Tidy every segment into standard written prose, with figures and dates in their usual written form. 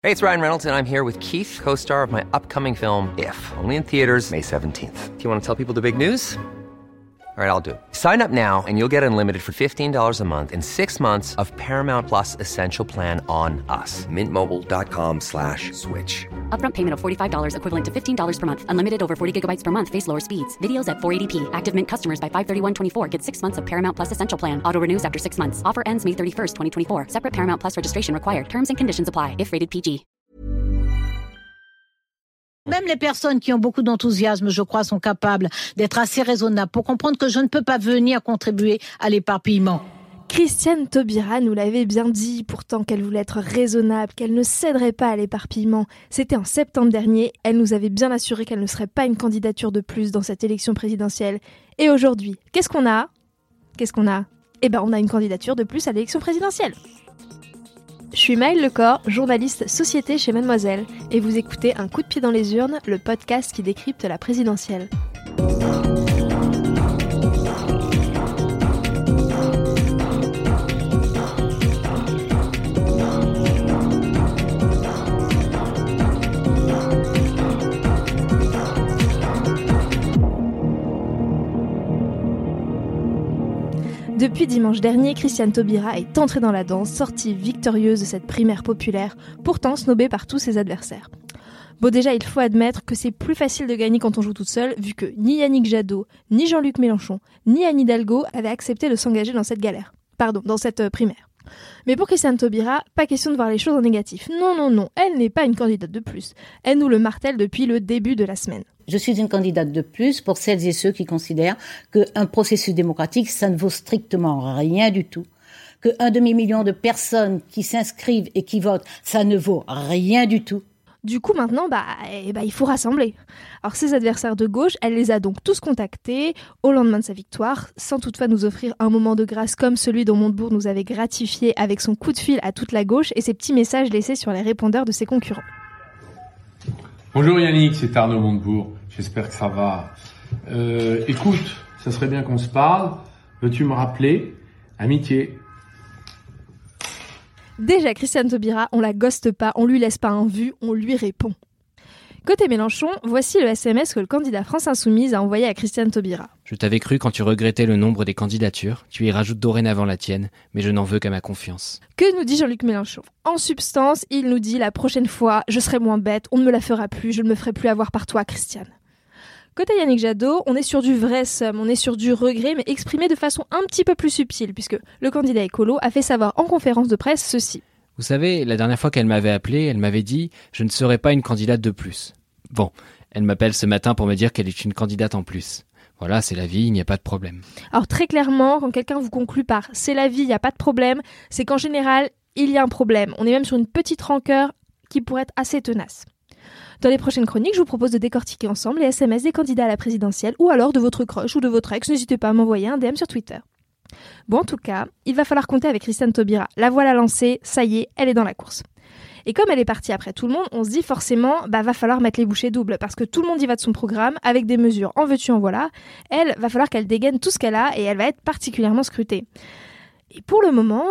Hey, it's Ryan Reynolds, and I'm here with Keith, co-star of my upcoming film, If, only in theaters May 17th. Do you want to tell people the big news? All right, I'll do it. Sign up now and you'll get unlimited for $15 a month and 6 months of Paramount Plus Essential Plan on us. MintMobile.com/switch. Upfront payment of $45 equivalent to $15 per month. Unlimited over 40 gigabytes per month. Face lower speeds. Videos at 480p. Active Mint customers by 531.24 get 6 months of Paramount Plus Essential Plan. Auto renews after 6 months. Offer ends May 31st, 2024. Separate Paramount Plus registration required. Terms and conditions apply if rated PG. Même les personnes qui ont beaucoup d'enthousiasme, je crois, sont capables d'être assez raisonnables pour comprendre que je ne peux pas venir contribuer à l'éparpillement. Christiane Taubira nous l'avait bien dit, pourtant qu'elle voulait être raisonnable, qu'elle ne céderait pas à l'éparpillement. C'était en septembre dernier, elle nous avait bien assuré qu'elle ne serait pas une candidature de plus dans cette élection présidentielle. Et aujourd'hui, qu'est-ce qu'on a ? Eh ben, on a une candidature de plus à l'élection présidentielle. Je suis Maëlle Lecor, journaliste société chez Mademoiselle, et vous écoutez Un coup de pied dans les urnes, le podcast qui décrypte la présidentielle. Depuis dimanche dernier, Christiane Taubira est entrée dans la danse, sortie victorieuse de cette primaire populaire, pourtant snobée par tous ses adversaires. Bon, déjà, il faut admettre que c'est plus facile de gagner quand on joue toute seule, vu que ni Yannick Jadot, ni Jean-Luc Mélenchon, ni Anne Hidalgo avaient accepté de s'engager dans cette primaire. Mais pour Christiane Taubira, pas question de voir les choses en négatif. Non, elle n'est pas une candidate de plus. Elle nous le martèle depuis le début de la semaine. Je suis une candidate de plus pour celles et ceux qui considèrent qu'un processus démocratique, ça ne vaut strictement rien du tout. Que 250 000 de personnes qui s'inscrivent et qui votent, ça ne vaut rien du tout. Du coup, maintenant, il faut rassembler. Alors, ses adversaires de gauche, elle les a donc tous contactés au lendemain de sa victoire, sans toutefois nous offrir un moment de grâce comme celui dont Montebourg nous avait gratifié avec son coup de fil à toute la gauche et ses petits messages laissés sur les répondeurs de ses concurrents. Bonjour Yannick, c'est Arnaud Montebourg. J'espère que ça va. Écoute, ça serait bien qu'on se parle. Veux-tu me rappeler ? Amitié. Déjà, Christiane Taubira, on la ghoste pas, on lui laisse pas un vu, on lui répond. Côté Mélenchon, voici le SMS que le candidat France Insoumise a envoyé à Christiane Taubira. Je t'avais cru quand tu regrettais le nombre des candidatures. Tu y rajoutes dorénavant la tienne, mais je n'en veux qu'à ma confiance. Que nous dit Jean-Luc Mélenchon ? En substance, il nous dit la prochaine fois, je serai moins bête, on ne me la fera plus, je ne me ferai plus avoir par toi, Christiane. Côté Yannick Jadot, on est sur du vrai seum, on est sur du regret, mais exprimé de façon un petit peu plus subtile, puisque le candidat écolo a fait savoir en conférence de presse ceci. Vous savez, la dernière fois qu'elle m'avait appelé, elle m'avait dit « Je ne serai pas une candidate de plus ». Bon, elle m'appelle ce matin pour me dire qu'elle est une candidate en plus. Voilà, c'est la vie, il n'y a pas de problème. Alors très clairement, quand quelqu'un vous conclut par « c'est la vie, il n'y a pas de problème », c'est qu'en général, il y a un problème. On est même sur une petite rancœur qui pourrait être assez tenace. Dans les prochaines chroniques, je vous propose de décortiquer ensemble les SMS des candidats à la présidentielle ou alors de votre crush ou de votre ex. N'hésitez pas à m'envoyer un DM sur Twitter. Bon, en tout cas, il va falloir compter avec Christiane Taubira. La voilà lancée, ça y est, elle est dans la course. Et comme elle est partie après tout le monde, on se dit forcément, va falloir mettre les bouchées doubles parce que tout le monde y va de son programme avec des mesures en veux-tu en voilà. Elle, va falloir qu'elle dégaine tout ce qu'elle a et elle va être particulièrement scrutée. Et pour le moment,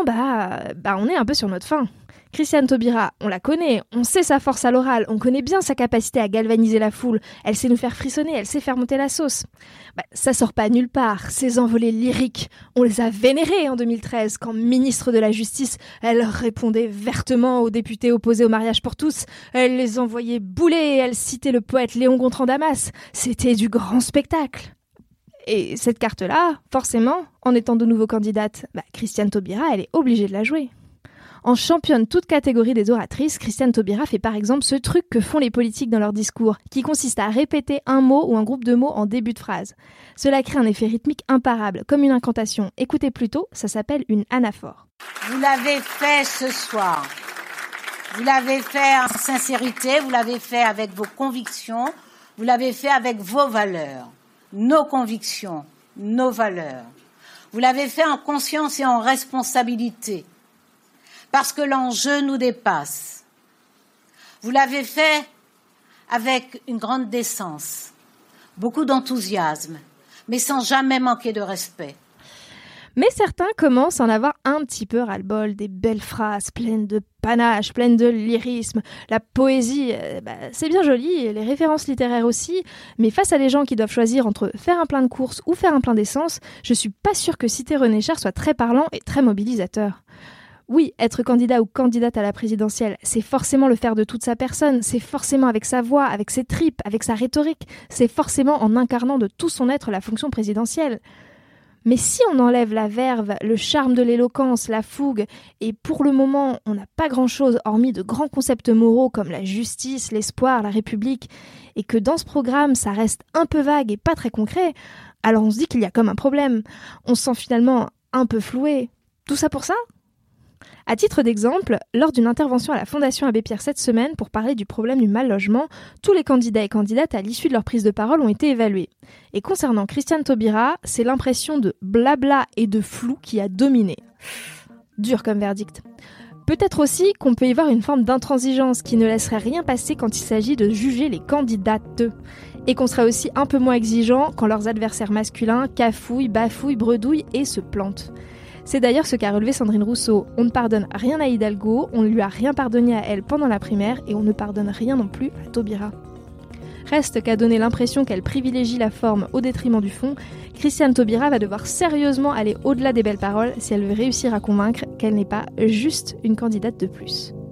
on est un peu sur notre faim. Christiane Taubira, on la connaît, on sait sa force à l'oral, on connaît bien sa capacité à galvaniser la foule, elle sait nous faire frissonner, elle sait faire monter la sauce. Ça sort pas nulle part, ces envolées lyriques, on les a vénérées en 2013, quand ministre de la Justice, elle répondait vertement aux députés opposés au mariage pour tous, elle les envoyait bouler, elle citait le poète Léon Gontran Damas, c'était du grand spectacle. Et cette carte-là, forcément, en étant de nouveau candidate, Christiane Taubira, elle est obligée de la jouer. En championne toute catégorie des oratrices, Christiane Taubira fait par exemple ce truc que font les politiques dans leur discours, qui consiste à répéter un mot ou un groupe de mots en début de phrase. Cela crée un effet rythmique imparable, comme une incantation. Écoutez plutôt, ça s'appelle une anaphore. Vous l'avez fait ce soir. Vous l'avez fait en sincérité, vous l'avez fait avec vos convictions, vous l'avez fait avec vos valeurs. Nos convictions, nos valeurs. Vous l'avez fait en conscience et en responsabilité. Parce que l'enjeu nous dépasse. Vous l'avez fait avec une grande décence, beaucoup d'enthousiasme, mais sans jamais manquer de respect. Mais certains commencent à en avoir un petit peu ras-le-bol, des belles phrases pleines de panache, pleines de lyrisme. La poésie, c'est bien joli, les références littéraires aussi, mais face à des gens qui doivent choisir entre faire un plein de courses ou faire un plein d'essence, je suis pas sûre que citer René Char soit très parlant et très mobilisateur. Oui, être candidat ou candidate à la présidentielle, c'est forcément le faire de toute sa personne, c'est forcément avec sa voix, avec ses tripes, avec sa rhétorique, c'est forcément en incarnant de tout son être la fonction présidentielle. Mais si on enlève la verve, le charme de l'éloquence, la fougue, et pour le moment, on n'a pas grand-chose hormis de grands concepts moraux comme la justice, l'espoir, la République, et que dans ce programme, ça reste un peu vague et pas très concret, alors on se dit qu'il y a comme un problème. On se sent finalement un peu floué. Tout ça pour ça ? À titre d'exemple, lors d'une intervention à la Fondation Abbé Pierre cette semaine pour parler du problème du mal-logement, tous les candidats et candidates à l'issue de leur prise de parole ont été évalués. Et concernant Christiane Taubira, c'est l'impression de blabla et de flou qui a dominé. Dur comme verdict. Peut-être aussi qu'on peut y voir une forme d'intransigeance qui ne laisserait rien passer quand il s'agit de juger les candidates. Et qu'on serait aussi un peu moins exigeant quand leurs adversaires masculins cafouillent, bafouillent, bredouillent et se plantent. C'est d'ailleurs ce qu'a relevé Sandrine Rousseau. On ne pardonne rien à Hidalgo, on ne lui a rien pardonné à elle pendant la primaire et on ne pardonne rien non plus à Taubira. Reste qu'à donner l'impression qu'elle privilégie la forme au détriment du fond, Christiane Taubira va devoir sérieusement aller au-delà des belles paroles si elle veut réussir à convaincre qu'elle n'est pas juste une candidate de plus.